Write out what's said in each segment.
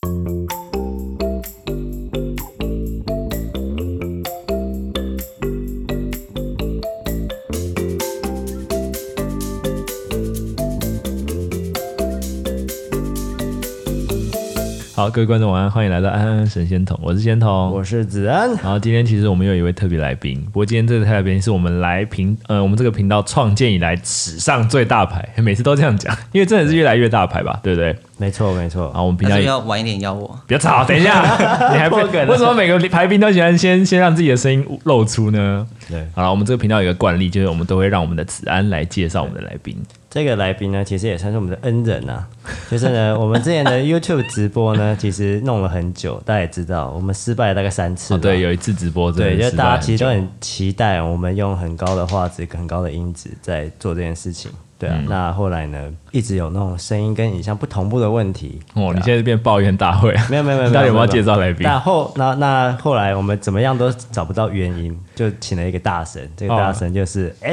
好，各位观众晚安，欢迎来到安安神仙桶，我是仙桶， 我是子安。 然后今天其实我们有一位特别来宾，不过今天这个特别来宾是我们我们这个频道创建以来史上最大牌，每次都这样讲，因为真的是越来越大牌吧，对不对？ 没错没错。 好，我们频道要晚一点邀我， 不要吵，等一下，你还不为什么每个来宾都喜欢先让自己的声音露出呢？ 对， 好了，我们这个频道有一个惯例，就是我们都会让我们的子安来介绍我们的来宾。 这个来宾呢，其实也算是我们的恩人啊。就是呢，我们之前的 YouTube 直播呢，其实弄了很久，大家也知道，我们失败了大概3次。 对，有一次直播真的对，就大家其实都很很期待我们用很高的画质、很高的音质在做这件事情。对啊，那后来呢，一直有那种声音跟影像不同步的问题。 哦，你现在变抱怨大会？ 没有， 到底有没有介绍来宾？ 那后来我们怎么样都找不到原因，就请了一个大神，这个大神就是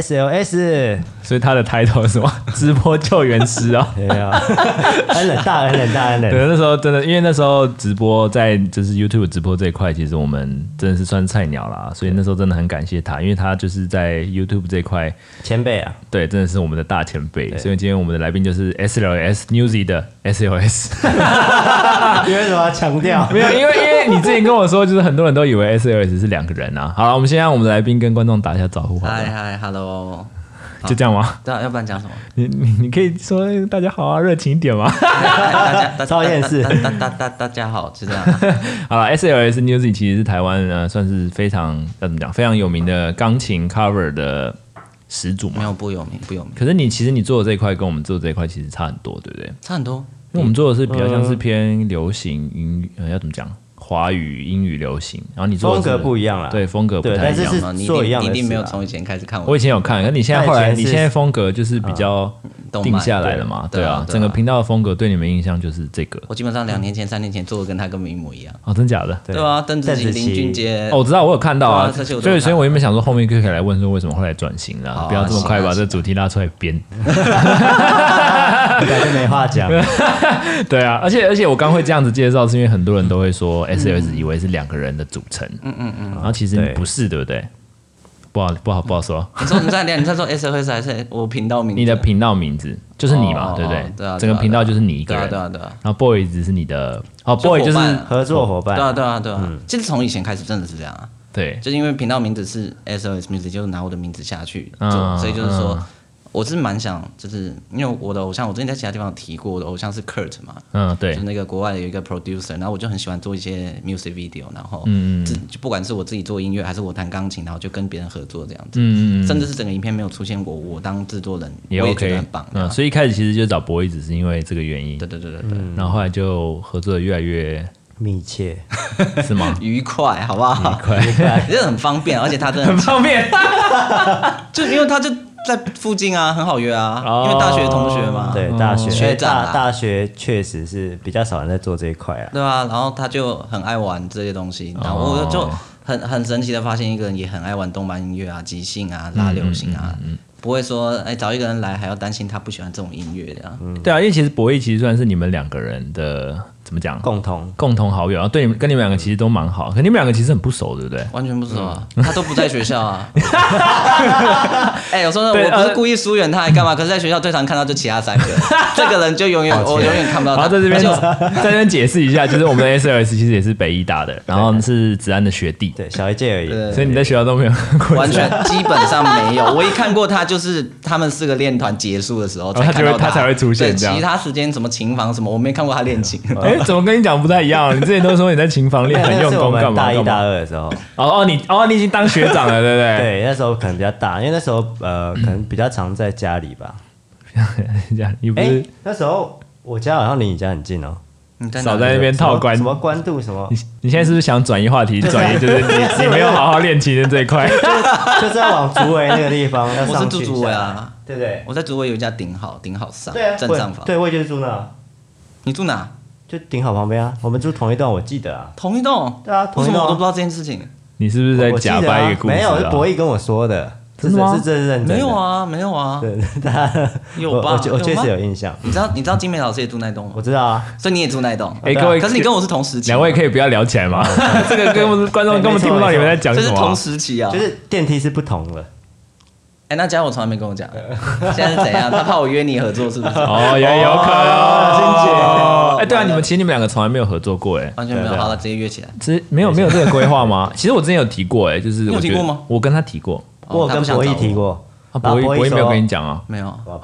SLS， 所以他的 title 是什么？直播救援师哦。 对啊，恩人大恩人大恩人。 对，那时候真的，因为那时候直播在就是 YouTube 直播这一块，其实我们真的是算菜鸟啦，所以那时候真的很感谢他，因为他就是在 YouTube 这一块前辈啊， 对，真的是我们的大前辈。所以今天我们的来宾就是 SLS Newsy 的 SLS。 你为什么要强调？ 没有，因为你之前跟我说，就是很多人都以为 SLS 是2个人啊。好了，我们先让我们的来宾跟观众打一下招呼好了。 嗨 ，Hello， 就这样吗？ 对啊，要不然讲什么？ 你可以说大家好啊，热情一点吗？ 超厌世。 大家好，是这样。 好了 ，SLS Newsy 其实是台湾算是非常怎么讲，非常有名的钢琴 cover 的始祖嘛。 没有不有名。 可是其实你做的这一块跟我们做的这一块其实差很多，对不对？ 差很多， 因为我们做的是比较像是偏流行音乐，要怎么讲？华语、英语、流行，然后你做的风格不一样啦， 对，风格不太一样。 但是做一样的事啊。 你一定没有从以前开始看我以前有看，可你现在后来，你现在风格就是比较定下来了嘛？对啊，整个频道的风格对你们印象就是这个。 我基本上2年前、3年前做的跟他根本一模一样。 哦，真假的？ 对啊，邓紫棋、林俊杰。 哦，我知道，我有看到啊。 所以我原本想说后面可以来问说为什么后来转型了，不要这么快把这主题拉出来编。 应该就没话讲。 对啊，而且我刚会这样子介绍，是因为很多人都会说 SLS 以为是2个人的组成，然后其实你不是，对不对？不好说。 你在说 SLS 还是我频道名字？ 你的频道名字就是你嘛，对不对？ 对啊， 整个频道就是你一个人。 对啊。 然后 Boys 是你的，Boy 就是合作伙伴。 对啊。其实从以前开始真的是这样啊。 对， 就是因为频道名字是 SLS Music， 就是拿我的名字下去做，所以就是说。我是蛮想，就是因为我的偶像，我之前在其他地方有提过，我的偶像是 Kurt 嘛， 对， 就那个国外有一个 producer， 然后我就很喜欢做一些 music video， 然后就不管是我自己做音乐，还是我弹钢琴，然后就跟别人合作这样子，甚至是整个影片没有出现我当制作人， 也 OK， 我也觉得很棒。 所以一开始其实就找博一只是因为这个原因， 对， 然后后来就合作的越来越密切， 是吗？ 愉快，好不好？ 愉快， 真的很方便，而且他真的很方便， 就因为他就在附近啊，很好约啊，因为大学同学嘛， 对，大学学长大学确实是比较少人在做这一块啊， 对啊，然后他就很爱玩这些东西，然后我就很神奇的发现一个人也很爱玩动漫音乐啊、即兴啊、拉流行啊。不会说，找一个人来还要担心他不喜欢这种音乐这样。 对啊，因为其实博弈其实算是你们2个人的怎么讲共同好友，然后对跟你们2个其实都蛮好，可你们2个其实很不熟，对不对？ 完全不熟啊，他都不在学校啊。有时候我不是故意疏远他，还干嘛？可是在学校最常看到就其他3个，这个人就我永远看不到他。 然后在这边解释一下，就是我们的 SLS 其实也是北医大的，然后是子安的学弟， 对，小一届而已， 所以你在学校都没有完全基本上没有。我一看过他，就是他们4个练团结束的时候才看到他才会出现这样。 其他时间什么琴房什么，我没看过他练琴。 怎么跟你讲不太一样？你之前都说你在琴房练很用功，干嘛？ 大1大2的时候。 你已经当学长了，对不对？ 对，那时候可能比较大，因为那时候可能比较常在家里吧。 你不是那时候我家好像离你家很近哦。 少在那边套关什么关渡什么？ 你现在是不是想转移话题？转移就是你没有好好练琴的这一块， 就是要往竹围那个地方。 我是住竹围啊， 对不对？ 我在竹围有一家顶好上， 对啊， 正上房。 对，我也就是住那。 你住哪？ 就顶好旁边啊，我们住同一栋，我记得啊。 同一栋？ 对啊，同一栋。 为什么我都不知道这件事情？ 你是不是在假掰一个故事？ 没有，是博弈跟我说的。 真的吗？ 是认真的。 没有啊，没有啊。 对， 有吧？ 我确实有印象。 你知道金梅老师也住那栋吗？ 我知道啊， 所以你也住那栋。 各位， 可是你跟我是同时期。 2位可以不要聊起来吗？这个观众根本听不到你们在讲什么。 这是同时期啊， 就是电梯是不同的。 那家我从来没跟我讲，现在是怎样？他怕我约你合作是不是？ 哦，也有可能，欣姐。对啊，其实你们2个从来没有合作过， 完全没有。好了，直接约起来。 其实没有这个规划吗？其实我之前有提过，就是你有提过吗？ 我跟他提过， 我跟博弈提过， 博弈没有跟你讲啊？ 没有。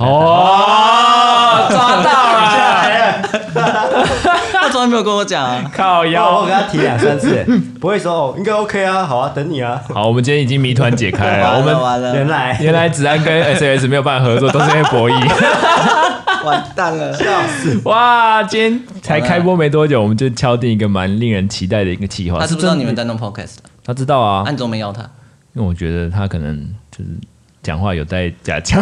哦，抓到了！ 他从来没有跟我讲啊， 靠腰。 我跟他提2、3次，不会说应该 OK 啊，好啊，等你啊。 好，我们今天已经谜团解开了。我们完了， 原来子安跟 SAS 没有办法合作，都是因为博弈。 完蛋了，笑死！ 哇，今天才开播没多久，我们就敲定一个蛮令人期待的一个企划。 他知不知道你们在弄 podcast？ 他知道啊。 你怎么没邀他？ 因为我觉得他可能就是讲话有待加强。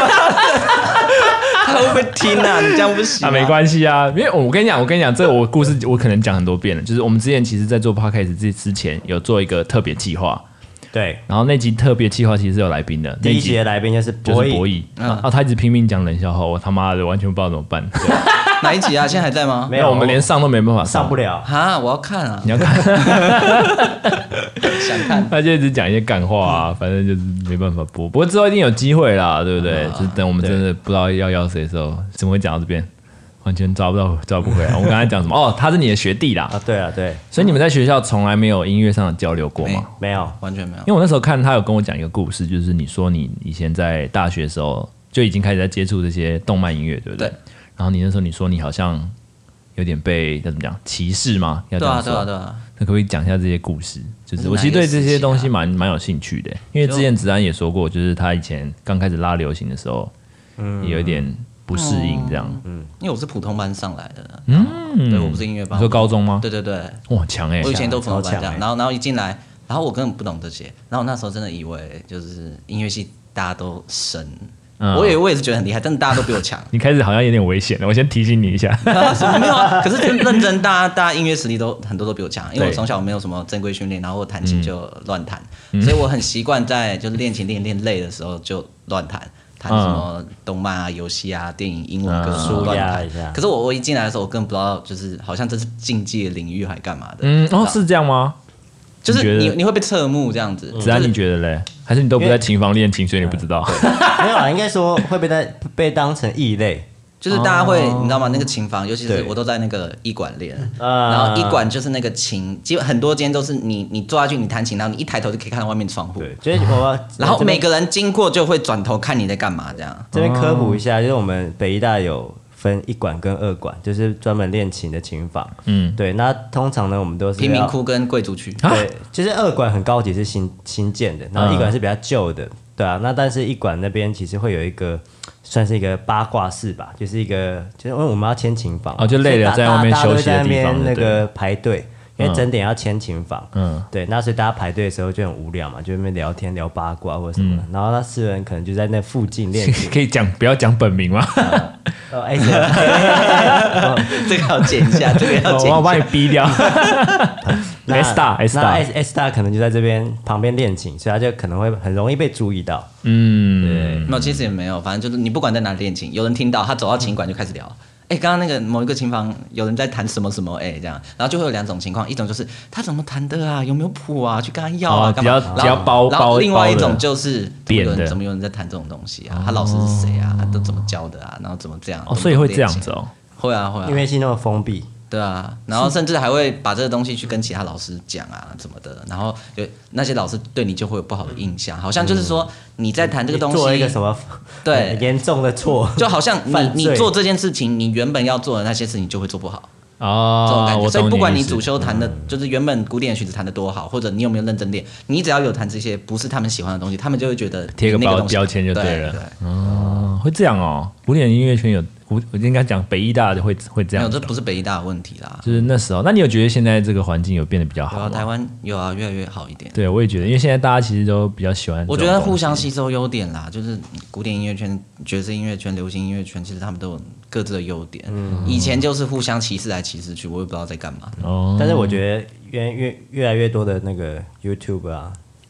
他会不会听啊？你这样不行。 没关系啊，因为我跟你讲，这个我故事我可能讲很多遍了。就是我们之前其实，在做 podcast 之前，有做一个特别企划。 对， 然后那集特别企划其实是有来宾的。 第一集的来宾就是博弈， 然后他一直拼命讲冷笑话，我他妈的完全不知道怎么办。 哪一集啊？现在还在吗？ 没有， 我们连上都没办法上不了啊！我要看啊！ 你要看？ 想看？ 他就一直讲一些干话啊，反正就是没办法播。不过之后一定有机会啦，对不对？就是等我们真的不知道要邀谁的时候，怎么会讲到这边？完全抓不回来。我们刚才讲什么？他是你的学弟啦。 对啊，对。 所以你们在学校从来没有音乐上的交流过吗？ 没有， 完全没有。 因为我那时候看他有跟我讲一个故事，就是你说你以前在大学的时候就已经开始在接触这些动漫音乐，对不对？ 对。 然后你那时候你说你好像有点被怎么讲歧视吗？要这样说。 对啊。 那可不可以讲一下这些故事？就是我其实对这些东西蛮有兴趣的，因为之前子安也说过，就是他以前刚开始拉流行的时候，也有一点不适应这样。 因为我是普通班上来的，对，我不是音乐班。 你说高中吗？ 对。 哇，强哎！ 我以前都普通班这样，然后一进来，然后我根本不懂这些，然后我那时候真的以为就是音乐系大家都神。我也是觉得很厉害，但是大家都比我强。 你开始好像有点危险了，我先提醒你一下。 没有啊，可是认真，大家音乐实力都很多都比我强，因为我从小没有什么正规训练，然后我弹琴就乱弹，所以我很习惯在就是练琴练累的时候就乱弹什么动漫啊、游戏啊、电影、英文歌乱弹一下。可是我一进来的时候，我根本不知道，就是好像这是竞技的领域还干嘛的。 是这样吗？ 就是你会被侧目这样子。 子安，你觉得嘞？还是你都不在琴房练琴，所以你不知道？ 没有啊，应该说会被当成异类。 就是大家会，你知道吗？那个琴房，尤其是我都在那个医馆练，然后医馆就是那个琴，基本很多间都是你坐下去，你弹琴，然后你一抬头就可以看到外面窗户。 对，就是然后每个人经过就会转头看你在干嘛，这样。 这边科普一下，就是我们北医大有分1馆跟2馆，就是专门练琴的琴房。对，那通常呢，我们都是贫民窟跟贵族区。 对，就是2馆很高级，是新建的，然后1馆是比较旧的。对啊，那但是1馆那边其实会有一个算是一个八卦室吧，就是因为我们要签琴房， 就累了在外面休息的地方， 那个排队，因为整点要签琴房，对，那所以大家排队的时候就很无聊嘛，就在那边聊天聊八卦或者什么，然后那4人可能就在那附近练琴。 可以不要讲本名吗？ 这个要剪一下，这个要剪一下， 我帮你逼掉。S star 可能就在这边旁边练琴，所以他就可能会很容易被注意到。对， 没有，其实也没有，反正就是你不管在哪里练琴，有人听到他走到琴馆就开始聊。刚刚那个某一个琴房有人在弹什么什么，这样，然后就会有2种情况，一种就是他怎么弹的啊，有没有谱啊，去跟他要啊，干嘛？ 然后另外一种就是怎么有人在弹这种东西啊？他老师是谁啊？都怎么教的啊？然后怎么这样？ 所以会这样子哦。 会啊， 音乐系那么封闭。 对啊，然后甚至还会把这个东西去跟其他老师讲啊，什么的，然后就那些老师对你就会有不好的印象，好像就是说你在谈这个东西， 做一个什么对严重的错， 就好像你做这件事情，你原本要做的那些事情就会做不好。这种感觉，所以不管你主修弹的，就是原本古典的曲子弹的多好，或者你有没有认真练，你只要有弹这些不是他们喜欢的东西，他们就会觉得贴个标签就对了。会这样哦。古典音乐圈有，我应该讲北医大的会这样。 没有，这不是北医大的问题啦。 就是那时候，那你有觉得现在这个环境有变得比较好吗？ 台湾有啊，越来越好一点。 对，我也觉得，因为现在大家其实都比较喜欢。 我觉得互相吸收优点啦，就是古典音乐圈、爵士音乐圈、流行音乐圈，其实他们都有各自的优点。以前就是互相歧视来歧视去，我也不知道在干嘛。 但是我觉得越来越多的那个 YouTube 啊。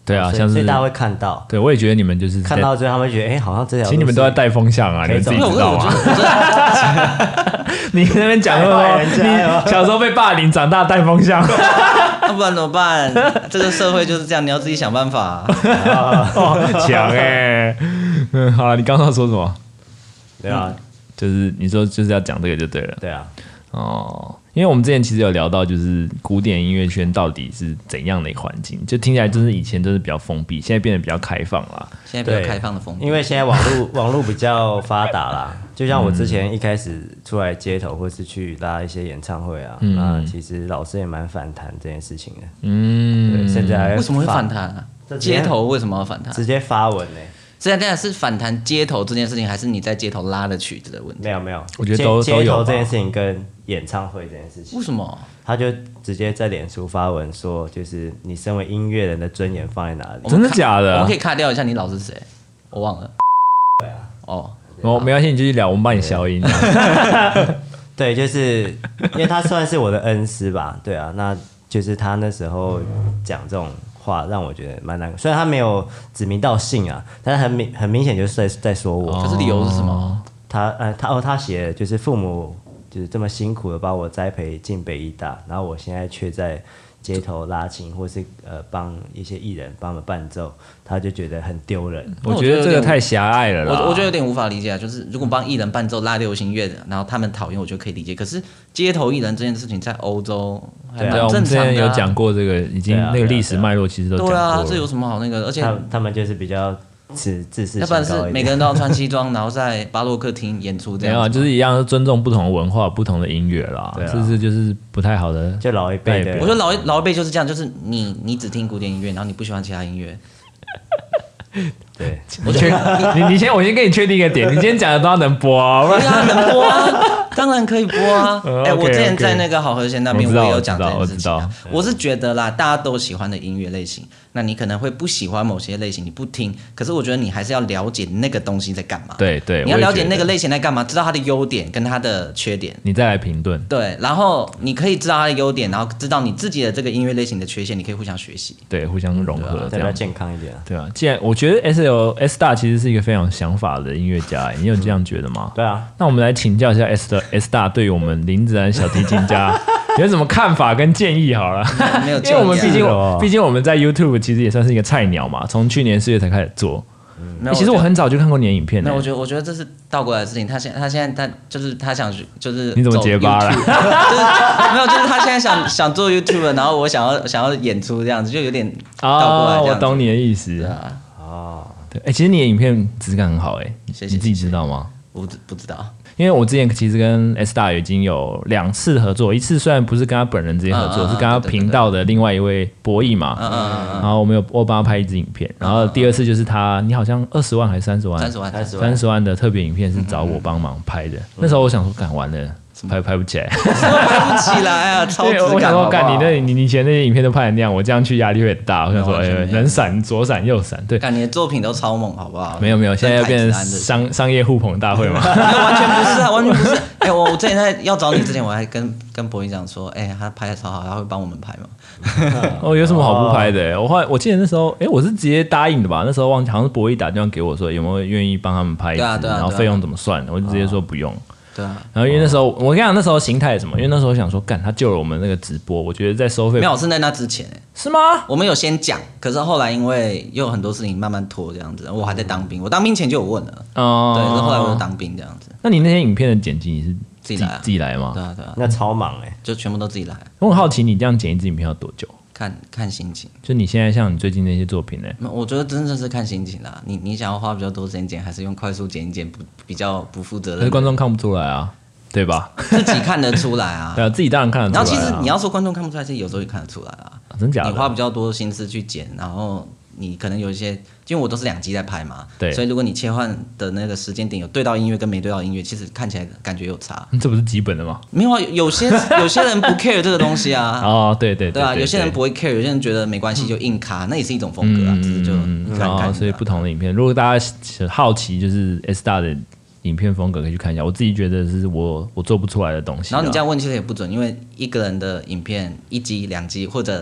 对啊，像是所以大家会看到， 对我也觉得你们就是看到之后他们会觉得，好像这条路其实你们都在带风向啊，你们自己知道吗？你那边讲说你小时候被霸凌，长大带风向， 那不然怎么办？这个社会就是这样，你要自己想办法。 强哎，好了，你刚刚说什么？ 对啊， 就是你说就是要讲这个就对了。 对啊， 因为我们之前其实有聊到，就是古典音乐圈到底是怎样的一个环境，就听起来就是以前就是比较封闭，现在变得比较开放啦。 现在比较开放的风， 因为现在网络比较发达啦。就像我之前一开始出来街头，或是去拉一些演唱会啊，那其实老师也蛮反弹这件事情的。对，现在为什么会反弹啊？街头为什么要反弹？ 直接发文呢？ 现在是反弹街头这件事情，还是你在街头拉的曲子的问题？ 没有， 我觉得都有。 街头这件事情跟演唱会这件事情， 为什么？ 他就直接在脸书发文说，就是你身为音乐人的尊严放在哪里？ 真的假的？ 我们可以卡掉一下你老师谁？我忘了。 对啊。 没关系，你继续聊，我们帮你消音。 对，就是因为他算是我的恩师吧，对啊，那就是他那时候讲这种话，让我觉得蛮难过。虽然他没有指名道姓啊，但是很明显就是在说我。 可是理由是什么？ 他写的就是父母就是这么辛苦的把我栽培进北医大，然后我现在却在街头拉琴，或是帮一些艺人帮他们伴奏，他就觉得很丢人。 我觉得这个太狭隘了啦。 我觉得有点无法理解啊。就是如果帮艺人伴奏拉流行乐的，然后他们讨厌，我觉得可以理解。可是街头艺人这件事情在欧洲还蛮正常的。我们之前有讲过这个，已经那个历史脉络其实都讲过了。 对啊，这有什么好那个？而且他们就是比较自视， 要不然是每个人都要穿西装，然后在巴洛克厅演出这样。 没有啊，就是一样尊重不同的文化、不同的音乐啦。这就是不太好的。 就老一辈的， 我觉得老一辈就是这样，就是你只听古典音乐，然后你不喜欢其他音乐。 对， 我先跟你确定一个点，你今天讲的都要能播啊， 对啊，能播啊，当然可以播啊。我之前在那个好和弦那边，我也有讲这件事情啊。我是觉得啦，大家都喜欢的音乐类型，那你可能会不喜欢某些类型，你不听。可是我觉得你还是要了解那个东西在干嘛。 对， 你要了解那个类型在干嘛，知道它的优点跟它的缺点， 你再来评论。 对，然后你可以知道它的优点，然后知道你自己的这个音乐类型的缺陷，你可以互相学习， 对，互相融合， 这样比较健康一点。 对啊，既然我觉得 S 大其实是一个非常有想法的音乐家，你有这样觉得吗？ 对啊， 那我们来请教一下 S 大对于我们林子安小提琴家有什么看法跟建议好了？ 没有， 因为我们毕竟我们在 YouTube 其实也算是一个菜鸟嘛，从去年4月才开始做。其实我很早就看过你的影片。 那我觉得这是倒过来的事情。他现在就是他想就是你怎么结巴了？ 就是没有，就是他现在想做 YouTube， 然后我想要演出这样子，就有点倒过来这样子。 我懂你的意思。 对啊， 对，其实你的影片质感很好， 谢谢。 你自己知道吗？ 我不知道。 因为我之前其实跟 S 大已经有2次合作，一次虽然不是跟他本人直接合作，是跟他频道的另外一位博弈嘛，然后我帮他拍一支影片，然后第2次就是你好像20万还是30万，30万的特别影片是找我帮忙拍的，那时候我想说干完了。拍不起来， 拍不起来啊！超质感。 我想说，干你以前那些影片都拍成那样，我这样去压力会很大。我想说，能闪左闪右闪，对。 干你的作品都超猛，好不好？ 没有，现在要变成商业互捧大会嘛？ 完全不是啊，完全不是。我之前在要找你之前，我还跟博弈讲说，他拍的超好，他会帮我们拍吗？ 有什么好不拍的？我记得那时候，我是直接答应的吧？那时候忘记，好像是博弈打电话给我说有没有愿意帮他们拍一支，然后费用怎么算，我就直接说不用。 对啊， 然后因为那时候我跟你讲，那时候心态是什么？因为那时候我想说，干他救了我们那个直播，我觉得在收费没有是在那之前是吗？ 我们有先讲，可是后来因为又有很多事情慢慢拖这样子，我还在当兵，我当兵前就有问了，对，后来我有当兵这样子。 那你那些影片的剪辑你是自己来吗？ 对啊， 那超忙就全部都自己来。 我很好奇，你这样剪一支影片要多久？ 看心情， 就你现在像你最近那些作品呢？ 我觉得真的是看心情啦。你想要花比较多时间剪，还是用快速剪一剪比较不负责任？ 可是观众看不出来啊。对吧？ 自己看得出来啊， 对啊，自己当然看得出来。 然后其实你要说观众看不出来，其实有时候也看得出来啊。 真假的？ 你花比较多心思去剪，然后你可能有一些，因为我都是2集在拍嘛， 对， 所以如果你切换的那个时间点有对到音乐跟没对到音乐，其实看起来感觉有差。 这不是基本的吗？ 没有啊，有些人不 care 这个东西啊。 哦，对啊， 有些人不会 care， 有些人觉得没关系就硬卡，那也是一种风格啊，只是就看。 所以不同的影片，如果大家好奇，就是 S 大的影片风格可以去看一下，我自己觉得是我做不出来的东西。 然后你这样问其实也不准，因为一个人的影片1集2集或者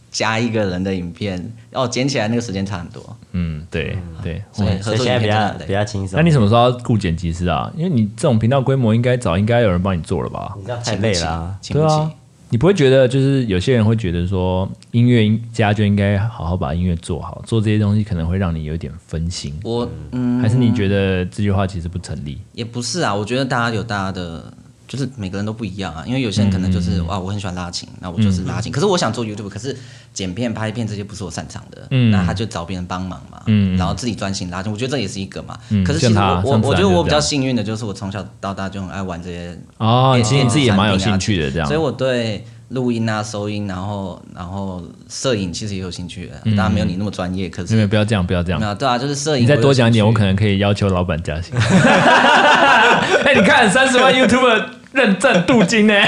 加一个人的影片，剪起来那个时间差很多。 对， 所以合作现在影片真的很累比较轻松。 那你什么时候要雇剪辑师啊？因为你这种频道规模应该有人帮你做了吧？ 你这样太累了啊。 请不起。 你不会觉得就是有些人会觉得说音乐家就应该好好把音乐做好，做这些东西可能会让你有点分心。还是你觉得这句话其实不成立？ 也不是啊，我觉得大家有大家的。就是每个人都不一样啊，因为有些人可能就是我很喜欢拉琴，那我就是拉琴。可是我想做 YouTube， 可是剪片、拍片这些不是我擅长的，那他就找别人帮忙嘛，然后自己专心拉琴。我觉得这也是一个嘛。可是其实我觉得我比较幸运的就是我从小到大就很爱玩这些其实你自己也蛮有兴趣的这样。 所以我对录音啊、收音，然后摄影其实也有兴趣的。当然没有你那么专业，可是不要这样。没有对啊，就是摄影。 你再多讲一点，我可能可以要求老板加薪。你看30万 YouTuber 认证镀金呢，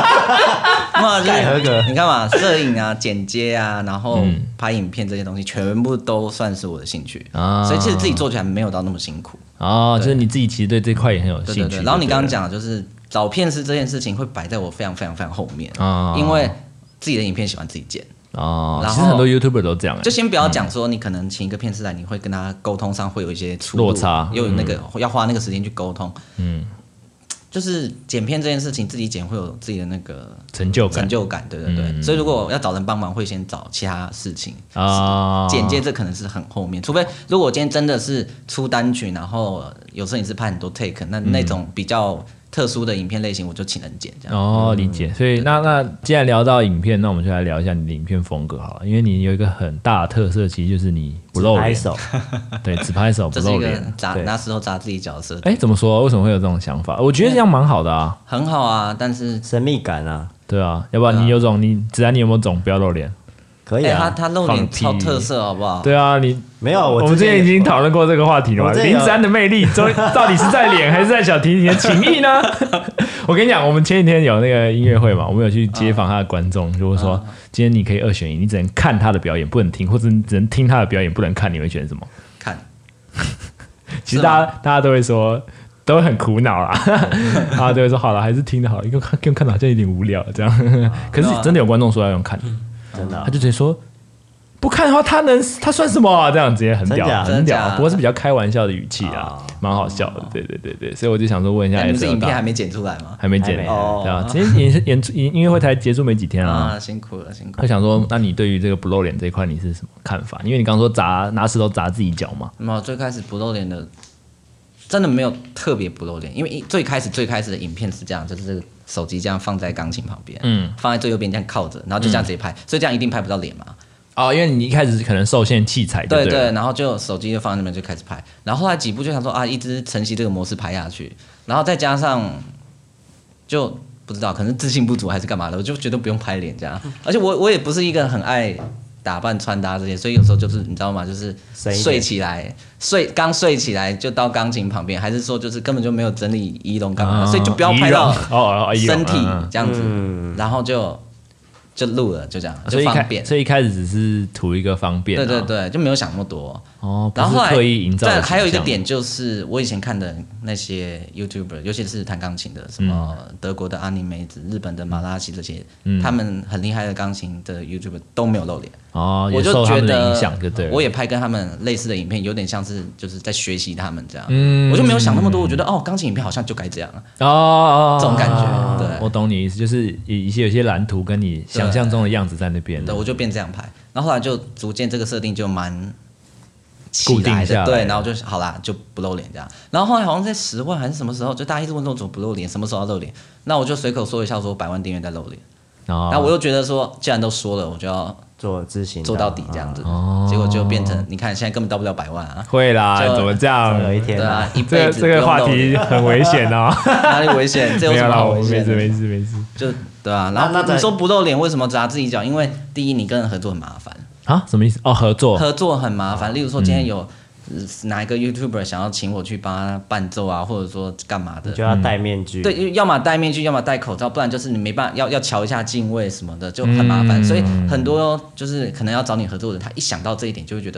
你看嘛，摄影啊、剪接啊，然后拍影片这些东西，全部都算是我的兴趣所以其实自己做起来没有到那么辛苦就是你自己其实对这块也很有兴趣。 然后你刚刚讲的就是找片师这件事情会摆在我非常非常非常后面因为自己的影片喜欢自己剪其实很多 YouTuber 都这样就先不要讲说你可能请一个片师来，你会跟他沟通上会有一些落差， 又有那个要花那个时间去沟通就是剪片这件事情，自己剪会有自己的那个成就感，对。所以如果要找人帮忙，会先找其他事情剪接这可能是很后面，除非如果我今天真的是出单曲，然后有摄影师拍很多 take， 那种比较特殊的影片类型，我就请人剪这样。 理解。所以那既然聊到影片，那我们就来聊一下你的影片风格好了，因为你有一个很大的特色，其实就是你不露脸，对，只拍手不露脸， 那时候砸自己脚的设定。怎么说？为什么会有这种想法？我觉得这样蛮好的啊， 很好啊，但是神秘感啊， 对啊，要不然你有种，子然你有没有种不要露脸？ 可以啊， 他露脸超特色，好不好？ 对啊，你没有， 我们之前已经讨论过这个话题了嘛？林子安的魅力到底是在脸还是在小提琴的情谊呢？我跟你讲，我们前几天有那个音乐会嘛，我们有去街访他的观众，就是说今天你可以2选1，你只能看他的表演，不能听，或者你只能听他的表演，不能看，你会选什么？ 看。 其实大家都会说。都会很苦恼啦，都会说好了，还是听的好，因为看的好像有点无聊这样。可是真的有观众说要用看， 真的， 他就直接说不看的话，他算什么啊？这样直接很屌，很屌。不过是比较开玩笑的语气啊，蛮好笑的。对，所以我就想说问一下， 你这影片还没剪出来吗？ 还没剪，对啊，今天音乐会才结束没几天啊， 辛苦了。 我想说，那你对于这个不露脸这一块你是什么看法？因为你刚说拿石头砸自己脚嘛。 没有，最开始不露脸的。真的没有特别不露脸，因为最开始的影片是这样，就是手机这样放在钢琴旁边，放在最右边这样靠着，然后就这样直接拍，所以这样一定拍不到脸嘛。 因为你一开始可能受限器材，对， 然后就手机就放在那边就开始拍，然后后来几部就想说一直承袭这个模式拍下去，然后再加上就不知道可能自信不足还是干嘛的，我就觉得不用拍脸这样，而且我也不是一个很爱打扮穿搭这些，所以有时候就是你知道吗？就是刚睡起来就到钢琴旁边，还是说就是根本就没有整理仪容干嘛，所以就不要拍到身体这样子，然后就录了，就这样，就方便。 所以一开始只是图一个方便， 对，就没有想那么多。 然后后来刻意营造。 但还有一个点就是，我以前看的那些 YouTuber， 尤其是弹钢琴的，什么德国的阿尼梅子、日本的马拉西这些，他们很厉害的钢琴的 YouTuber 都没有露脸。 我就觉得， 我也拍跟他们类似的影片，有点像是就是在学习他们这样。我就没有想那么多，我觉得钢琴影片好像就该这样这种感觉。对， 我懂你意思，就是有些蓝图跟你想象中的样子在那边。 对，我就变这样拍，然后后来就逐渐这个设定就蛮固定下来， 对，然后就好啦，就不露脸这样。然后后来好像在10万还是什么时候，就大家一直问说怎么不露脸，什么时候要露脸？那我就随口说一下，说100万订阅在露脸。然后我又觉得说，既然都说了，我就要做执行做到底这样子。结果就变成，你看现在根本到不了100万啊！ 会啦，怎么这样？ 有一天啊，一辈子这个话题很危险哦。 哪里危险？这有什么好危险的？ 没事。 就对啊，然后你说不露脸，为什么砸自己脚？因为第一，你跟人合作很麻烦啊？什么意思？合作很麻烦。例如说，今天有哪一个 YouTuber 想要请我去帮他伴奏啊，或者说干嘛的， 就要戴面具。 对，要么戴面具，要么戴口罩，不然就是你没办法要瞧一下敬畏什么的，就很麻烦。所以很多就是可能要找你合作的人，他一想到这一点就会觉得，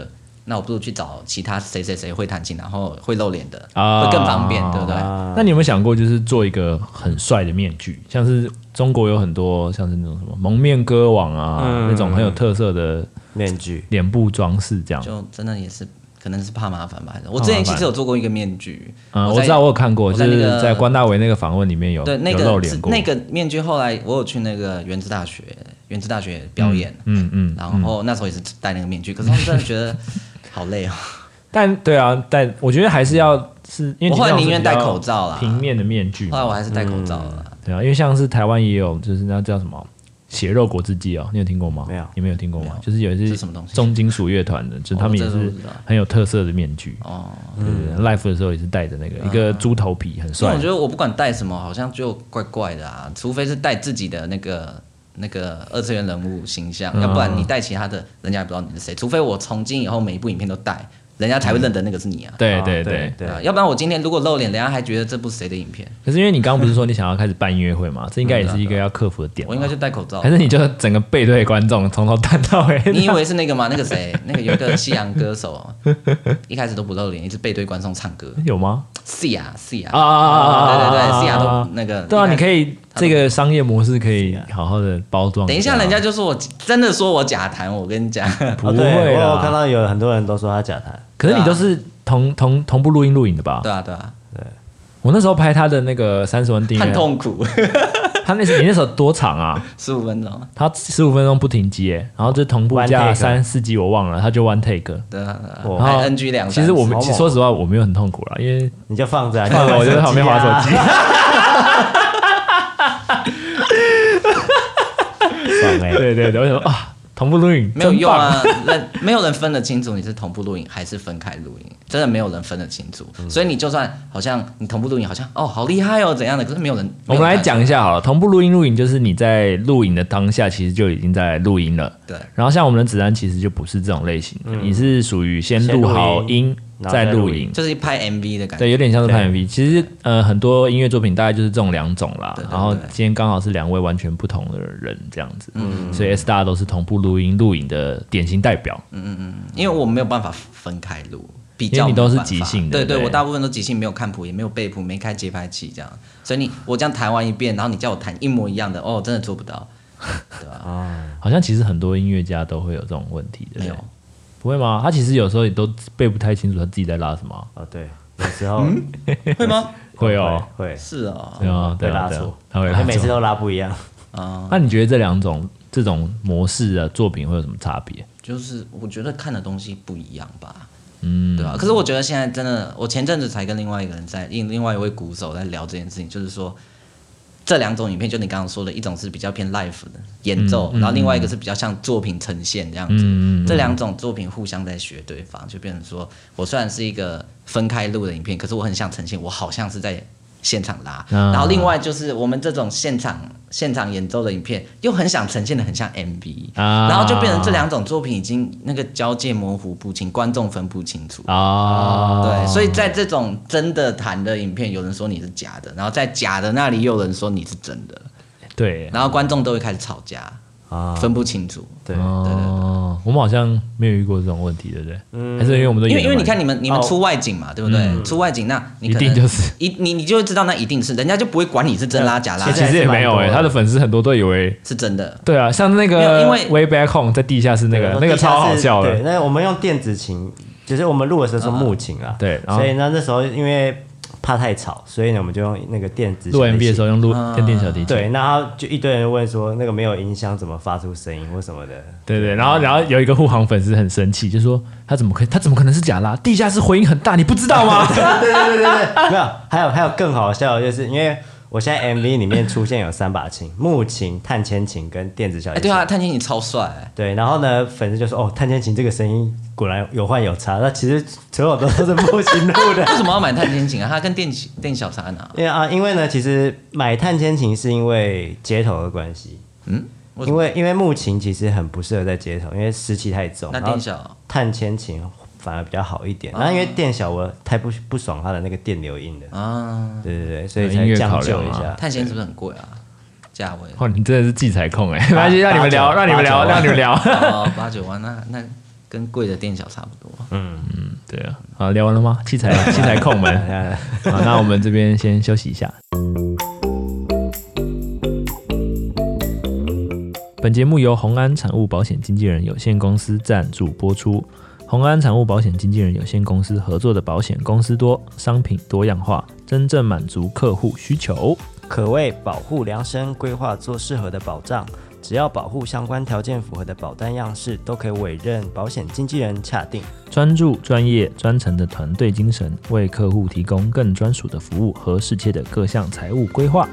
那我不如去找其他谁谁谁会弹琴，然后会露脸的，会更方便，对不对？ 那你有没有想过，就是做一个很帅的面具，像是中国有很多像是那种什么蒙面歌王啊，那种很有特色的面具、 脸部装饰，这样就真的也是。可能是怕麻烦吧。我之前其实有做过一个面具， 我知道我有看过，就是在关大为那个访问里面有露脸过。 那个面具后来我有去那个原子大学表演，然后那时候也是戴那个面具，可是我真的觉得好累哦。 但对啊，但我觉得还是要是因为我后来宁愿戴口罩啦， 平面的面具。 后来我还是戴口罩了。 对啊，因为像是台湾也有，就是那叫什么？血肉果汁机哦，你有听过吗？ 没有， 你没有听过吗？就是有一支什么东西？ 重金属乐团的，就是他们也是很有特色的面具哦。对 ，live 的时候也是戴着那个一个猪头皮，很帅。 我觉得我不管戴什么，好像就怪怪的啊，除非是戴自己的那个二次元人物形象，要不然你戴其他的，人家也不知道你是谁。除非我从今以后每一部影片都戴。人家才会认得那个是你啊！ 对对对对，要不然我今天如果露脸，人家还觉得这部谁的影片？ 可是因为你刚刚不是说你想要开始办音乐会吗？这应该也是一个要克服的点。 我应该就戴口罩， 还是你就整个背对观众，从头戴到尾？ 你以为是那个吗？那个谁？那个有一个西洋歌手，一开始都不露脸，一直背对观众唱歌。 有吗 ？Sia 对对对，Sia都那个。 对啊，你可以这个商业模式可以好好的包装。 等一下，人家就说我真的说我假弹，我跟你讲， 不会啦。 我看到有很多人都说他假弹。 可是你都是同步录影的吧？ 对啊， 我那时候拍他的那个30万订阅， 很痛苦。 你那时候多长啊 ？15分钟。 他15分钟不停机耶，然后就同步加3-4集我忘了，他就 one take。 对啊，然后 NG 2。 其实说实话我没有很痛苦啦，因为你就放着， 我就在旁边滑手机。 爽欸。 对对对，我想说啊。同步录影没有用啊，没有人分得清楚你是同步录影还是分开录影，真的没有人分得清楚。所以你就算好像你同步录影，好像好厉害哦怎样的，可是没有人。 我们来讲一下好了，同步录影就是你在录影的当下，其实就已经在录音了。 对。 然后像我们的子安其实就不是这种类型的，你是属于先录好音。在录影， 就是拍 MV 的感觉， 对，有点像是拍 MV。其实很多音乐作品大概就是这种2种啦。然后今天刚好是2位完全不同的人这样子，所以 S 大都是同步录影的典型代表。 因为我没有办法分开录，比较因为你都是即兴的， 对，我大部分都即兴，没有看谱，也没有背谱，没开节拍器这样，所以我这样弹完一遍，然后你叫我弹一模一样的，真的做不到，对吧？ 好像其实很多音乐家都会有这种问题的， 没有。 不会吗？他其实有时候也都背不太清楚他自己在拉什么。 对，有时候会吗？ 会哦， 会是哦， 对拉错， 他会拉错， 每次都拉不一样。 那你觉得这种模式的作品会有什么差别？ 就是我觉得看的东西不一样吧，对吧？可是我觉得现在真的，我前阵子才跟另外一个人另外一位鼓手在聊这件事情，就是说。这2种影片，就你刚刚说的，一种是比较偏 live 的演奏，然后另外一个是比较像作品呈现这样子。这2种作品互相在学对方，就变成说我虽然是一个分开录的影片，可是我很想呈现我好像是在现场拉。然后另外就是我们这种现场演奏的影片，又很想呈现的很像 MV，然后就变成这2种作品已经那个交界模糊不清，观众分不清楚。对，所以在这种真的弹的影片，有人说你是假的，然后在假的那里又有人说你是真的， 对， 然后观众都会开始吵架。分不清楚， 对， 我们好像没有遇过这种问题，对不对？还是因为我们都因为你看你们出外景嘛，对不对？出外景，那你可能一定就是你就会知道那一定是，人家就不会管你是真拉假拉。 其实也没有他的粉丝很多都以为是真的。 对啊，像那个因为 Way Back Home 在地下室那个超好笑的。 对，那我们用电子琴，就是我们录的时候是木琴啊， 对， 所以那时候因为。怕太吵，所以呢，我们就用那个电子录 MV 的时候用电小提琴。 对，然后就一堆人问说，那个没有音箱怎么发出声音或什么的。 对，然后有一个护航粉丝很生气，就说他怎么可能是假拉？地下室回音很大，你不知道吗？ 对，没有，还有更好笑的就是因为。我现在 MV 里面出现有3把琴，木琴、碳铅琴跟电子小提琴。 对啊，碳铅琴超帅。 对，然后呢，粉丝就说：“碳铅琴这个声音果然有换有差。”那其实所有都是木琴录的。 为什么要买碳铅琴啊？它跟电小差在哪？ 因为呢，其实买碳铅琴是因为接头的关系。因为木琴其实很不适合在接头，因为湿气太重。 那电小碳铅琴反而比较好一点。然后因为电小我太不爽它的那个电流音的对，所以才将就一下。 碳弦是不是很贵啊？价位？ 你真的是器材控没关系，让你们聊。 8-9万，那跟贵的店小差不多。 对啊，好，聊完了吗？器材控们，好，那我们这边先休息一下。本节目由宏安产物保险经纪人有限公司赞助播出。宏安产物保险经纪人有限公司合作的保险公司多，商品多样化，真正满足客户需求， 可为保护量身规划做适合的保障。只要保护相关条件符合的保单样式，都可以委任保险经纪人洽定。 专注、专业、专诚的团队精神，为客户提供更专属的服务和适切的各项财务规划。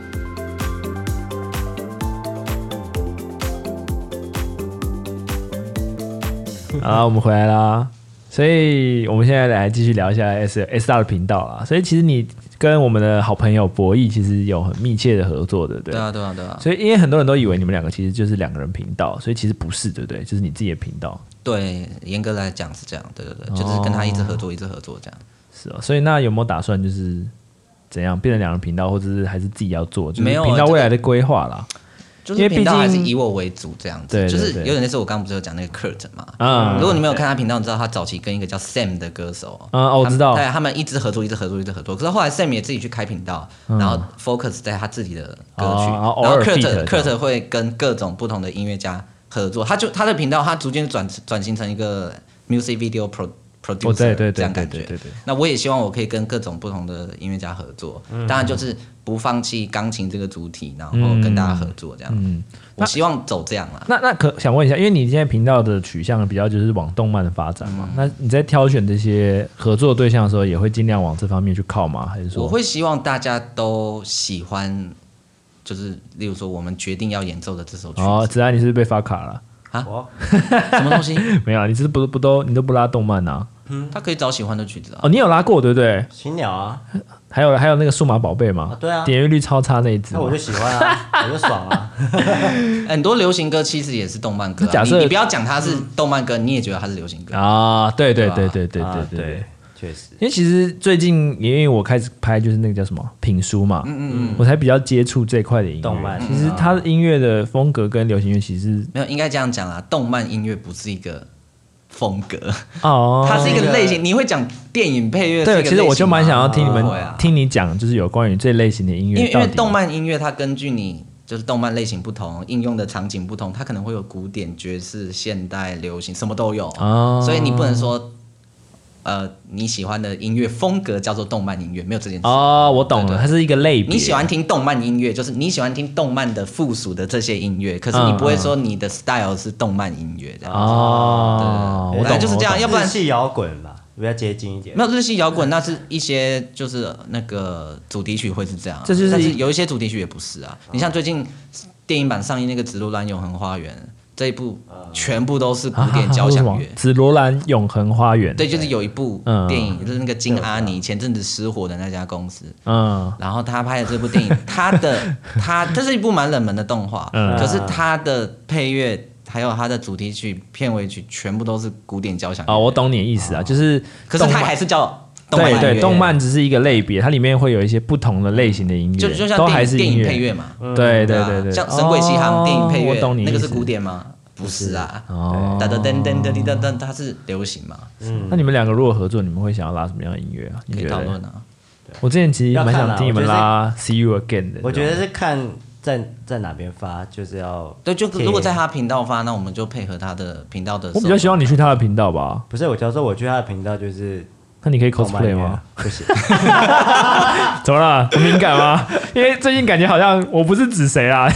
好，我们回来啦。所以我们现在来继续聊一下 SR 的频道啦。所以其实你跟我们的好朋友博弈其实有很密切的合作，对不对？ 对啊。 所以因为很多人都以为你们两个其实就是2个人频道，所以其实不是，对不对？就是你自己的频道。 对，严格来讲是这样，对，就是跟他一直合作这样。 是哦，所以那有没有打算就是怎样变成2人频道，或者是还是自己要做？就是频道未来的规划啦。 就是频道还是以我为主这样子， 对， 就是有点类似我刚刚不是有讲那个 Kurt 嘛，如果你没有看他频道，你知道他早期跟一个叫 Sam 的歌手， 我知道， 对，他们一直合作，可是后来 Sam 也自己去开频道，然后 focus 在他自己的歌曲，然后 Kurt 会跟各种不同的音乐家合作，他的频道他逐渐转型成一个 music video producer 这样感觉。对。那我也希望我可以跟各种不同的音乐家合作，当然就是不放弃钢琴这个主体，然后跟大家合作这样。我希望走这样啦。 那想问一下，因为你现在频道的取向比较就是往动漫的发展嘛，那你在挑选这些合作对象的时候，也会尽量往这方面去靠吗？还是说我会希望大家都喜欢，就是例如说我们决定要演奏的这首曲子。 子安，你是不是被发卡了？ 什么东西？ 没有，你是不都不拉动漫啊？ 他可以找喜欢的曲子啊。 你有拉过对不对？ 青鸟啊， 还有那个数码宝贝嘛？ 对啊， 点阅率超差那一支。 那我就喜欢啊，我就爽啊。 很多流行歌其实也是动漫歌。假设你不要讲它是动漫歌，你也觉得它是流行歌啊？对， 确实。 因为其实最近因为我开始拍就是那个叫什么品书嘛，我才比较接触这块的音乐。 动漫其实它的音乐的风格跟流行乐其实没有，应该这样讲啦。动漫音乐不是一个风格它是一个类型。你会讲电影配乐？ 对，其实我就蛮想要听你讲，就是有关于这类型的音乐。 因为动漫音乐它根据你就是动漫类型不同，应用的场景不同，它可能会有古典、爵士、现代、流行，什么都有。所以你不能说。你喜欢的音乐风格叫做动漫音乐，没有这件事。 我懂了，它是一个类别。 你喜欢听动漫音乐，就是你喜欢听动漫的附属的这些音乐，可是你不会说你的 style 是动漫音乐这样子。 我懂， 就是这样。要不然日系摇滚吧，比较接近一点。 没有日系摇滚，那是一些就是那个主题曲会是这样， 但是有一些主题曲也不是啊。你像最近电影版上映那个《紫罗兰永恒花园》。这一部全部都是古典交响乐， 紫罗兰永恒花园。 对，就是有一部电影，就是那个金阿尼前阵子失火的那家公司，然后他拍的这部电影，这是一部蛮冷门的动画，可是他的配乐还有他的主题曲、片尾曲全部都是古典交响乐。 我懂你的意思啊，就是， 可是他还是叫。 对，动漫只是一个类别，它里面会有一些不同的类型的音乐， 就像电影配乐嘛。 对， 像《神鬼奇航》电影配乐，那个是古典吗？不是啊。噔噔噔噔噔噔噔，它是流行嘛。 那你们2个如果合作，你们会想要拉什么样的音乐啊？ 可以讨论啊。 我之前其实蛮想听你们拉《See You Again》的。 我觉得是看在哪边发，就是要对，就如果在他频道发，那我们就配合他的频道的。 我比较希望你去他的频道吧。 不是，假如说我去他的频道就是。 那你可以 cosplay 吗？ 不行。 怎么了？很敏感吗？因为最近感觉好像我不是指谁啦，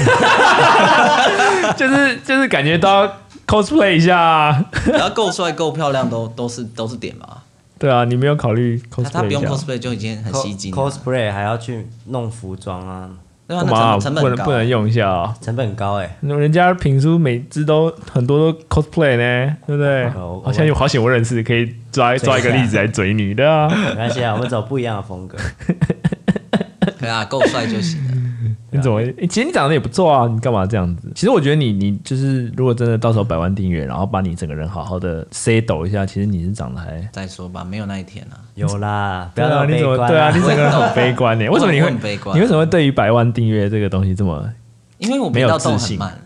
就是感觉都要 cosplay 一下啊。 然后够帅够漂亮都是点嘛。 对啊，你没有考虑 cosplay 一下？ 他不用 cosplay 就已经很吸睛了。 cosplay 还要去弄服装啊。 干嘛不能用一下啊？ 成本很高人家评书每支都很多都 cosplay 呢，对不对？好像有好险我认识，可以抓一个例子来嘴你的啊。 没关系啊，我们走不一样的风格。 可以啊，够帅就行了。 你怎么？其实你长得也不错啊，你干嘛这样子？其实我觉得你就是如果真的到时候100万订阅，然后把你整个人好好的 settle 一下，其实你是长得还再说吧，没有那一天啊。 有啦，不要那么悲观。 对啊，你整个人很悲观呢。为什么你会很悲观？ 你为什么会对于100万订阅这个东西这么因为我频道动很慢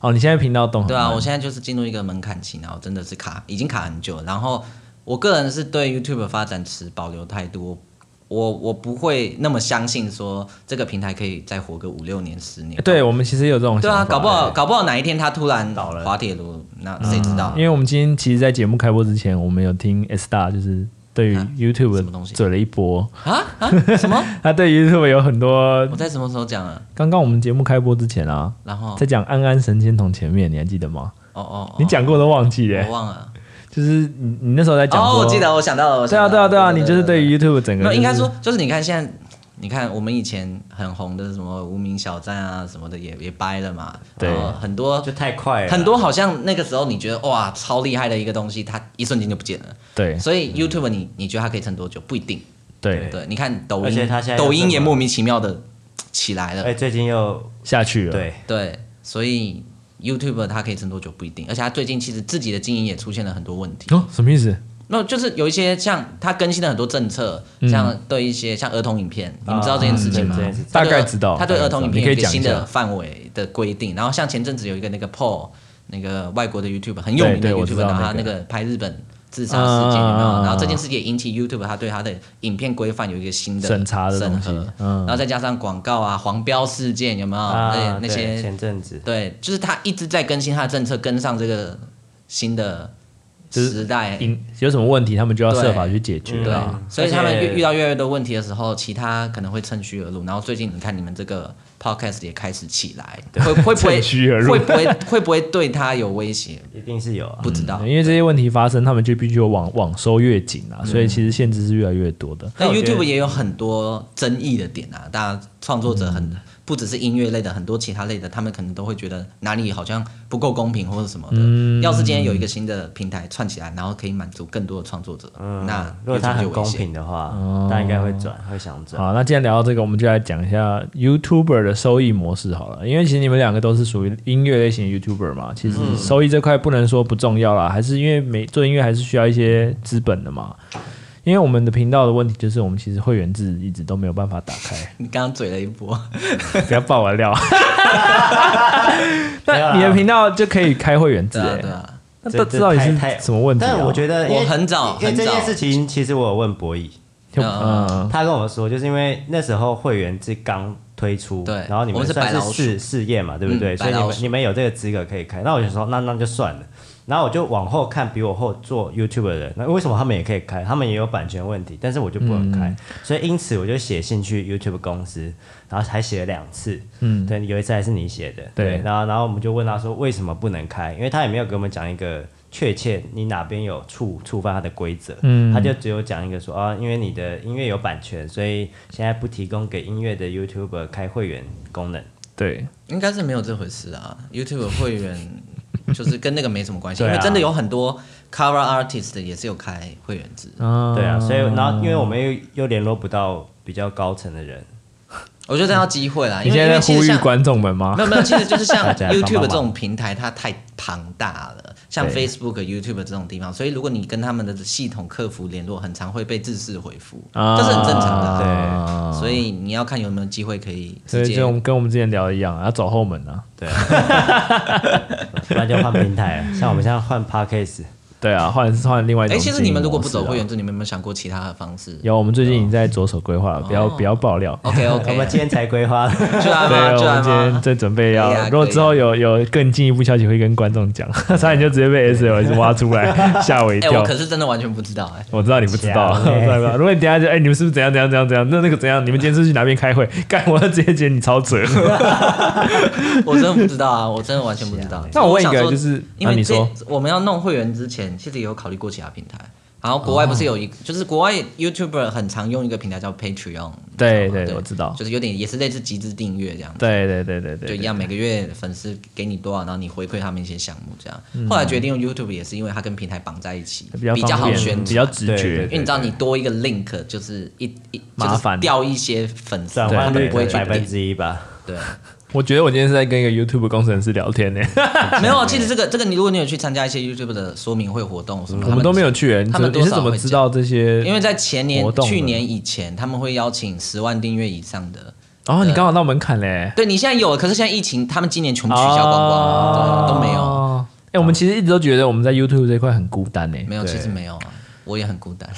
哦，你现在频道动很对啊， 慢我现在就是进入一个门槛期，然后真的是已经卡很久了。然后我个人是对 YouTube 发展持保留态度，我不会那么相信说这个平台可以再活个5、6年、10年。 对，我们其实有这种想法。 对啊，搞不好哪一天他突然滑铁卢，那谁知道？ 因为我们今天其实，在节目开播之前，我们有听 S 大就是对于 YouTube 嘴了一波什么？ 他对 YouTube 有很多。 我在什么时候讲了？ 刚刚我们节目开播之前啊， 然后在讲安安神仙桶前面，你还记得吗？ 哦， 你讲过都忘记了， 我忘了。 就是你那时候在讲我记得，我想到了。 对啊，你就是对于 YouTube 整个、 应该说，就是你看现在。你看，我们以前很红的什么无名小站啊什么的也掰了嘛， 对， 很多就太快了， 很多好像那个时候你觉得哇超厉害的一个东西，它一瞬间就不见了。 对， 所以 YouTube 你觉得它可以撑多久？不一定。 对， 你看抖音， 而且它现在抖音也莫名其妙的起来了， 最近又下去了。 对，所以 YouTube 它可以撑多久不一定，而且它最近其实自己的经营也出现了很多问题。 哦，什么意思？ 那就是有一些像他更新了很多政策，像对一些像儿童影片，你们知道这件事情吗？ 大概知道。 他对儿童影片有一个新的范围的规定，然后像前阵子有一个那个 Paul， 那个外国的 YouTuber 很有名的 YouTuber， 然后他那个拍日本自杀事件有没有？然后这件事也引起 YouTube 他对他的影片规范有一个新的审查的东西， 然后再加上广告啊、黄标事件有没有？那些前阵子对，就是他一直在更新他的政策，跟上这个新的时代， 有什么问题，他们就要设法去解决。 对，所以他们遇到越来越多问题的时候，其他可能会趁虚而入。然后最近你看你们这个 podcast 也开始起来，会不会对他有威胁？ 一定是有啊， 不知道， 因为这些问题发生，他们就必须网收越紧啊，所以其实限制是越来越多的。 但 YouTube 也有很多争议的点啊，大家创作者不只是音乐类的，很多其他类的，他们可能都会觉得哪里好像不够公平或者什么的。要是今天有一个新的平台串起来，然后可以满足更多的创作者，那如果它很公平的话，大家应该会想转。 好，那既然聊到这个，我们就来讲一下 YouTuber 的收益模式好了。因为其实你们两个都是属于音乐类型的 YouTuber 嘛，其实收益这块不能说不重要啦，还是因为做音乐还是需要一些资本的嘛。因为我们的频道的问题就是，我们其实会员制一直都没有办法打开。 你刚刚嘴了一波， 不要爆我料。那你的频道就可以开会员制对啊。 那这到底是什么问题？ 但我觉得我很早， 因为这件事情，其实我有问博弈，他跟我说，就是因为那时候会员制刚推出， 对， 然后你们算是试验嘛，对不对？所以你们有这个资格可以开。那我就说，那就算了。然后我就往后看，比我后做 YouTube 的人，那为什么他们也可以开？他们也有版权问题，但是我就不能开。所以因此我就写信去 YouTube 公司，然后还写了2次。对，有一次还是你写的。对，然后我们就问他说为什么不能开？因为他也没有给我们讲一个确切你哪边有触犯他的规则。他就只有讲一个说因为你的音乐有版权，所以现在不提供给音乐的 YouTuber 开会员功能。 对， 应该是没有这回事啊。YouTube 会员。就是跟那个没什么关系，因为真的有很多 cover artist 也是有开会员制。 对啊，所以然后因为我们又联络不到比较高层的人， 我觉得这要机会啦。 你现在在呼吁观众们吗？ 没有，其实就是像 YouTube 这种平台，它太庞大了，像 Facebook、YouTube 这种地方，所以如果你跟他们的系统客服联络，很常会被自式回复，这是很正常的。对，所以你要看有没有机会可以直接。 所以就跟我们之前聊的一样，要走后门啊。 对，不然就换平台了，像我们现在换 Podcast。 对啊，换另外一种。 其实你们如果不走会员制，你们有没有想过其他的方式？ 有，我们最近已经在着手规划了，不要爆料。 OK， 我们今天才规划。 对， 我们今天在准备要，如果之后有更进一步消息，会跟观众讲。差点就直接被 SLS 挖出来，吓我一跳。 我可是真的完全不知道。 我知道你不知道，如果你等一下就你们是不是怎样，那个怎样？你们今天是去哪边开会？干，我直接觉得你超扯。 我真的不知道啊，我真的完全不知道。 那我问一个，就是因为你说我们要弄会员之前，其实也有考虑过其他平台。然后国外不是有一个，就是国外 YouTuber 很常用一个平台叫 Patreon。对，我知道，就是有点也是类似集资订阅这样子。对，就一样，每个月粉丝给你多少，然后你回馈他们一些项目这样。后来决定用 YouTube 也是因为它跟平台绑在一起，比较好宣传， 比较直觉。 因为你知道，你多一个 link 就是麻烦掉一些粉丝， 转换率不会 1%吧？ 对。 我觉得我今天是在跟一个 YouTube 工程师聊天呢。 没有，其实这个你如果你有去参加一些 YouTube 的说明会活动什么， 我们都没有去。 他们你是怎么知道这些？ 因为在去年以前，他们会邀请10万订阅以上的哦，你刚好到门槛嘞。 对你现在有了，可是现在疫情，他们今年全部取消光光，都没有。 我们其实一直都觉得我们在 YouTube 这一块很孤单呢。 没有，其实没有啊，我也很孤单。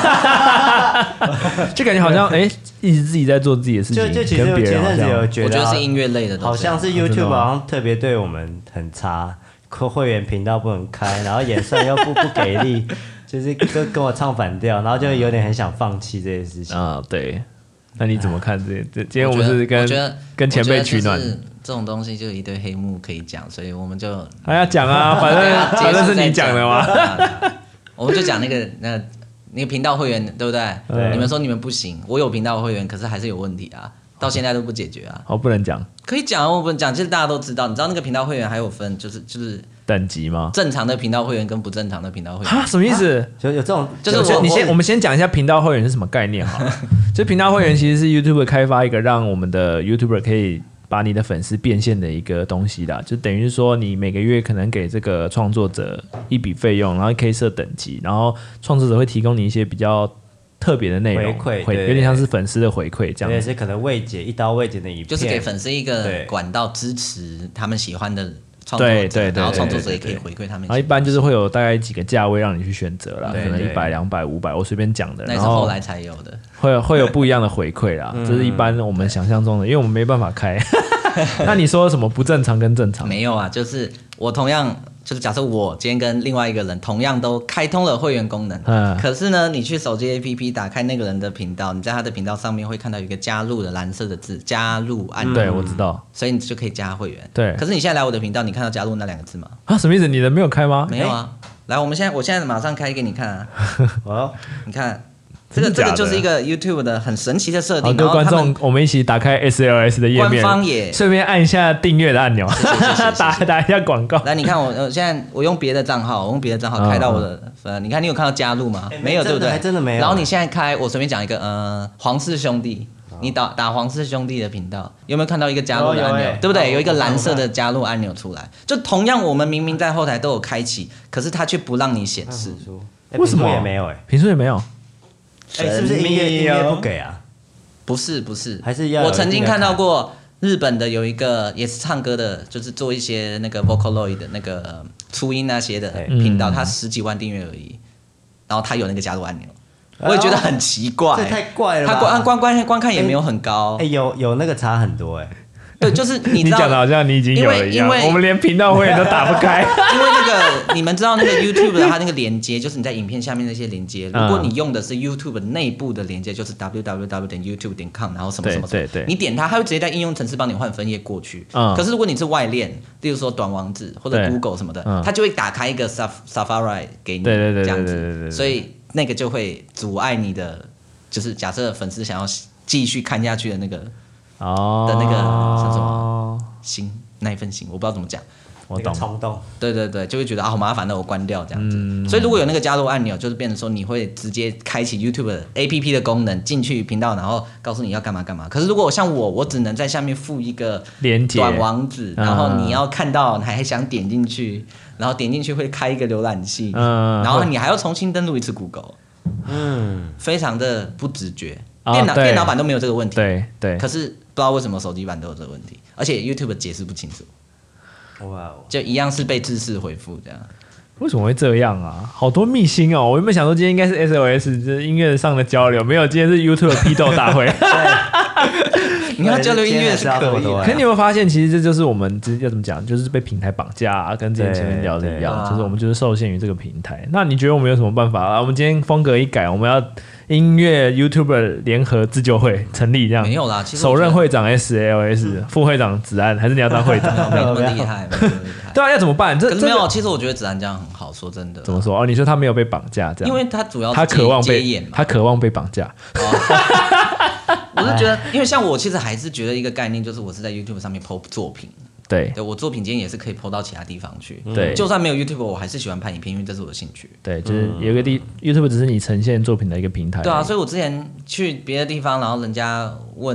就感觉好像一直自己在做自己的事情， 就其实前阵子有觉得， 我觉得是音乐类的东西， 好像是 YouTube 好像特别对我们很差，会员频道不能开，然后演算又不给力，就是跟我唱反调，然后就有点很想放弃这些事情啊。对，那你怎么看这？今天我们是跟前辈取暖。 这种东西就一堆黑幕可以讲，所以我们就还要讲啊，反正是你讲的嘛。 我们就讲那个频道会员，对不对？你们说你们不行，我有频道会员，可是还是有问题啊，到现在都不解决啊。 不能讲， 可以讲，我不能讲，其实大家都知道。你知道那个频道会员还有分，就是等级吗？ 正常的频道会员跟不正常的频道会员。 哈，什么意思？ 就有这种， 就是我们先讲一下频道会员是什么概念好了。就频道会员其实是 YouTube 开发一个让我们的 YouTuber 可以把你的粉丝变现的一个东西啦，就等于是说你每个月可能给这个创作者一笔费用，然后可以设等级，然后创作者会提供你一些比较特别的内容回馈， 有点像是粉丝的回馈这样子， 也是可能一刀未剪的影片， 就是给粉丝一个管道支持他们喜欢的创作者，然后创作者也可以回馈他们。 然后一般就是会有大概几个价位让你去选择啦，可能100、200、500，我随便讲的。 那是后来才有的， 会有不一样的回馈啦，这是一般我们想象中的，因为我们没办法开。那你说什么不正常跟正常？ 没有啊，就是我同样就是假设我今天跟另外一个人同样都开通了会员功能，可是呢，你去手机 APP 打开那个人的频道，你在他的频道上面会看到有一个加入的蓝色的字，加入按钮。 对，我知道， 所以你就可以加会员。 对， 可是你现在来我的频道，你看到加入那2个字吗？ 啊，什么意思？你的没有开吗？ 没有啊。来，我现在马上开给你看啊。你看。这个就是一个 YouTube 的很神奇的设定。 各位观众，我们一起打开 SLS 的页面， 官方也顺便按一下订阅的按钮，打一下广告。 来，你看我现在我用别的账号，开到我的你看你有看到加入吗？没有，对不对？ 还真的没有。 然后你现在开，我随便讲一个黄氏兄弟，你打黄氏兄弟的频道，有没有看到一个加入的按钮？对不对？有一个蓝色的加入按钮出来。就同样，我们明明在后台都有开启，可是它却不让你显示。 为什么也没有？ 评述也没有。 是不是音乐不给啊？ 不是， 还是要。 我曾经看到过日本的有一个也是唱歌的，就是做一些那个 Vocaloid 的那个初音那些的频道，他10几万订阅而已，然后他有那个加入按钮，我也觉得很奇怪， 这太怪了吧。 他观看也没有很高， 有那个差很多对，就是你讲的好像你已经有了一样，我们连频道会员都打不开。 因为那个你们知道那个 YouTube 的它那个连接，就是你在影片下面那些连接，如果你用的是 YouTube 内部的连接，就是 www.youtube.com， 然后什么什么， 对， 你点它会直接在应用程式帮你换分页过去。可是如果你是外链，例如说短网址或者 Google 什么的，它就会打开一个 Safari 给你，这样子，所以那个就会阻碍你的，就是假设粉丝想要继续看下去的那个。的那个叫什么心，那一份心，我不知道怎么讲， 我懂，冲动， 对，就会觉得好麻烦的，我关掉这样子。所以如果有那个加入按钮，就是变成说你会直接开启 YouTube APP 的功能，进去频道，然后告诉你要干嘛干嘛。可是如果像我只能在下面附一个连接短网址，然后你要看到，你还想点进去，然后点进去会开一个浏览器，然后你还要重新登录一次 Google，非常的不直觉。电脑版都没有这个问题， 对， 可是不知道为什么手机版都有这个问题，而且 YouTube 解释不清楚，就一样是被制式回复这样。 为什么会这样啊？好多秘辛哦！我原本想说今天应该是 SOS 就是音乐上的交流，没有，今天是 YouTube 批斗大会。 你要交流音乐是可以的， 可是你有没有发现，其实这就是我们要怎么讲，就是被平台绑架啊，跟之前前面聊的一样，就是我们就是受限于这个平台。那你觉得我们有什么办法啊？我们今天风格一改，我们要音乐 YouTuber 联合自救会成立这样？ 没有啦，其实首任会长 SLS，副会长子安，还是你要当会长？ 没那么厉害， 对啊，要怎么办？ 可是没有，其实我觉得子安这样很好，说真的。 怎么说？你说他没有被绑架，这样？ 因为他主要他渴望被绑架。 我是觉得，因为像我其实还是觉得一个概念，就是我是在 YouTube 上面 po 作品。 对， 我作品今天也是可以 po 到其他地方去。 对， 就算没有 YouTube， 我还是喜欢拍影片，因为这是我的兴趣。 对，就是有一个YouTube 只是你呈现作品的一个平台。 对啊，所以我之前去别的地方，然后人家问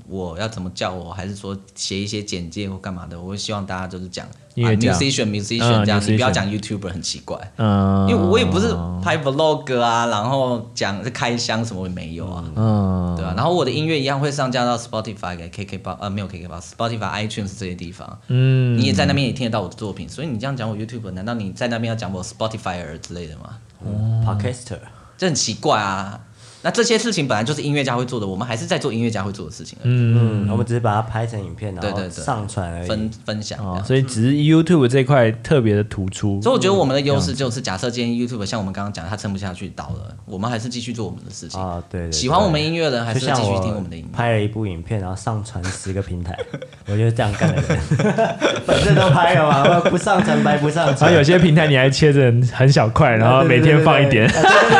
我要怎么叫我，还是说写一些简介或干嘛的，我会希望大家就是讲音乐家 musician 这样，你不要讲 YouTuber 很奇怪，因为我也不是拍 vlog 啊，然后讲开箱什么也没有啊，对吧？然后我的音乐一样会上架到 Spotify 给 KKBOX 没有 KKBOX，Spotify、iTunes 这些地方，你也在那边也听得到我的作品，所以你这样讲我 YouTuber， 难道你在那边要讲我 Spotifyer 之类的吗 ？Podcaster， 这很奇怪啊。那这些事情本来就是音乐家会做的，我们还是在做音乐家会做的事情而已。 我们只是把它拍成影片，然后上传而已， 分享。 所以只是 YouTube 这块特别的突出。 所以我觉得我们的优势就是，假设今天 YouTube 像我们刚刚讲，它撑不下去倒了，我们还是继续做我们的事情。 对， 喜欢我们音乐的人还是继续听我们的音乐。 拍了一部影片，然后上传10个平台，我就是这样干的人。反正都拍了嘛，不上传白不上传。 然后有些平台你还切成很小块，然后每天放一点。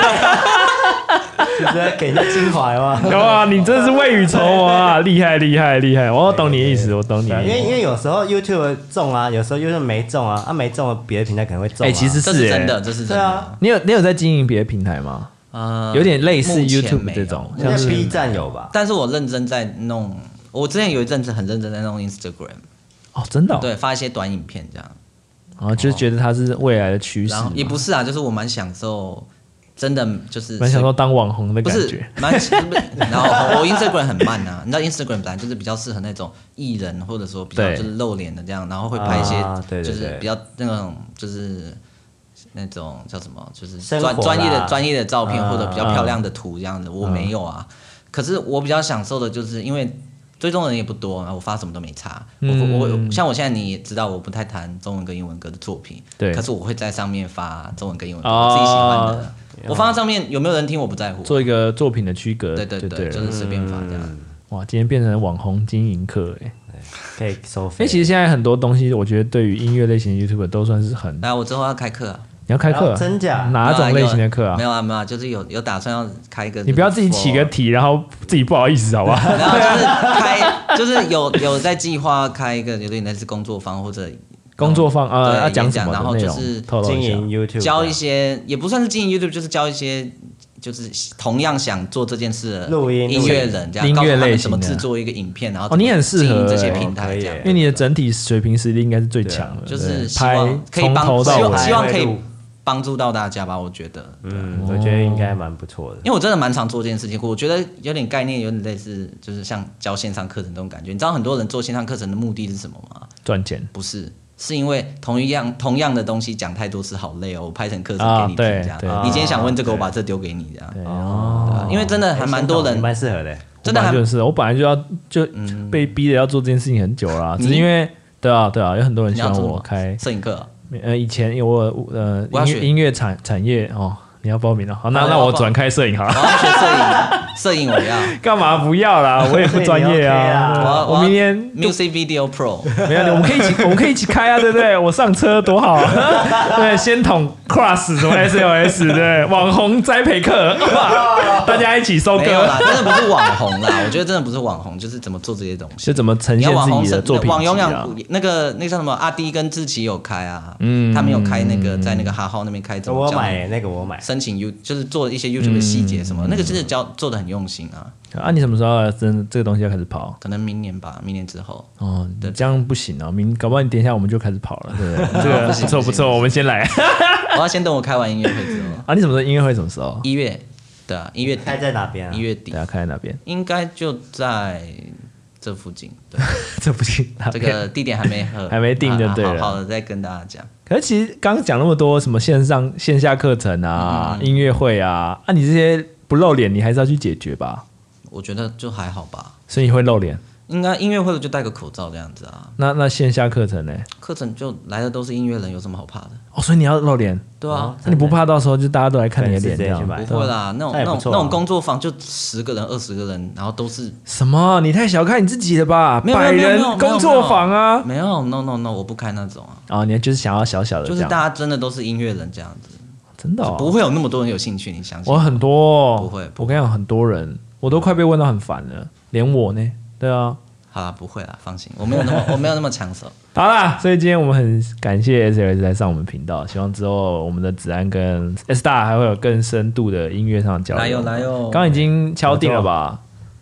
就是给人家精华嘛。 哇，你真是未雨绸缪啊！厉害厉害厉害！我懂你的意思，我懂你的意思。 因为有时候 YouTube 中啊，有时候 YouTube 没中啊，没中了别的平台可能会中。 其实这是真的，这是真的。 啊， 你有在经营别的平台吗？有点类似 YouTube 这种， 像是 B 站有吧？ 但是我认真在弄，我之前有一阵子很认真在弄 Instagram。 真的？ 对，发一些短影片这样。 然后就觉得它是未来的趋势。 也不是啊，就是我蛮享受。真的就是蛮享受当网红的感觉， 然后我 Instagram 很慢啊，你知道 Instagram 本来就是比较适合那种艺人或者说比较就是露脸的这样，然后会拍一些就是比较那种就是那种叫什么，就是专业的照片或者比较漂亮的图这样子，我没有啊。可是我比较享受的就是因为追踪的人也不多，然后我发什么都没差。我像我现在你也知道，我不太谈中文跟英文歌的作品， 对， 可是我会在上面发中文跟英文歌，我自己喜欢的。我放在上面有没有人听我不在乎， 做一个作品的区隔， 对，就是随便发这样。 哇，今天变成网红经营课可以收费。 其实现在很多东西，我觉得对于音乐类型的 YouTuber 都算是很。 我之后要开课啊。 你要开课？ 真假？ 哪种类型的课啊？ 没有啊，就是有打算要开一个。 你不要自己起个题，然后自己不好意思，好不好？ 然后就是有在计划开一个有点类似工作坊或者。 工作坊要讲什么？ 然后就是经营 YouTube， 教一些也不算是经营 YouTube， 就是教一些就是同样想做这件事的音乐人，这样告诉他们怎么制作一个影片，然后你很适合这些平台这样， 因为你的整体水平实力应该是最强的， 就是希望可以希望可以帮助到大家吧，我觉得。 我觉得应该蛮不错的， 因为我真的蛮常做这件事情，我觉得有点概念，有点类似，就是像教线上课程这种感觉。你知道很多人做线上课程的目的是什么吗？ 赚钱？ 不是。是因为同样的东西讲太多次好累哦，我拍成课程给你听这样。你今天想问这个，我把这丢给你这样。因为真的还蛮多人， 蛮适合的。 真的就是我本来就被逼着要做这件事情很久了，只是因为对啊，有很多人希望我开摄影课。 以前我音乐产业你要报名了，好，那我转开摄影好了。 我要学摄影我要。 干嘛不要啦？我也不专业啊。我明年 Music Video Pro 没有，我们可以一起开啊，对不对？我上车多好啊！对，先捅 Cross 什么 SLS， 对，网红栽培课，大家一起收割。 没有啦，真的不是网红啦，我觉得真的不是网红，就是怎么做这些东西， 就怎么呈现自己的作品。 网永养那个叫什么？阿迪跟志奇有开啊，他们有开那个在那个哈号那边开。 我买那个我买。 申请就是做一些 YouTube 的细节什么，那个真的做的很用心啊。 你什么时候真的这个东西要开始跑？ 可能明年吧，明年之后。 对，这样不行啊，搞不好你等一下我们就开始跑了，对不对？这个不错，我们先来。 我要先等我开完音乐会之后。 你什么时候音乐会？什么时候？1 月，对啊，1月底。 开在哪边 ？1月底。 对啊，开在哪边？ 应该就在这附近。对， 这附近。 这个地点还没定就对了。 好的，再跟大家讲。 可是其实刚刚讲那么多什么线上线下课程啊、音乐会啊，你这些不露脸，你还是要去解决吧？ 我觉得就还好吧。 所以你会露脸？ 应该音乐会就戴个口罩这样子啊。 那线下课程呢？ 课程就来的都是音乐人，有什么好怕的？ 所以你要露脸？ 对啊。 那你不怕到时候就大家都来看你的脸这样？ 不会啦，那种工作坊就10个人、20个人，然后都是什么？你太小看你自己了吧？100人工作坊啊？ 没有 ，no， 我不开那种啊。 你就是想要小小的， 就是大家真的都是音乐人这样子。 真的不会有那么多人有兴趣，你相信？ 我很多， 不会。 我跟你讲，很多人，我都快被问到很烦了，连我呢。对啊。 好啦，不会啦，放心，我没有那么抢手。 好啦，所以今天我们很感谢 SLS 来上我们频道，希望之后我们的子安跟 S 大还会有更深度的音乐上的交流。 来哟！ 刚刚已经敲定了吧？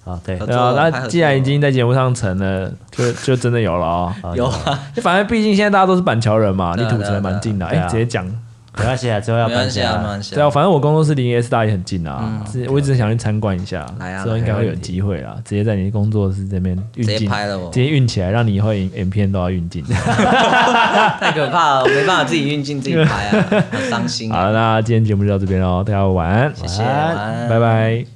哦，对， 合对啊， 作拍合作那既然已经在节目上成了，就真的有了哦。 有啊， 反正毕竟现在大家都是板桥人嘛，离对啊土城蛮近的， 对啊直接讲。 没关系啊，之后要没关系啊， 搬家没关系对啊， 啊。 反正我工作室离 S 大也很近啊，我一直想去参观一下， 来啊之后应该会有机会啦，直接在你工作室这边运直镜， 接拍了我直接运起来，让你以后影片都要运镜。 太可怕了，我没办法自己运镜自己拍啊，很伤心啊。 好，那今天节目就到这边喽，大家晚安， 谢谢， 晚安晚安拜拜。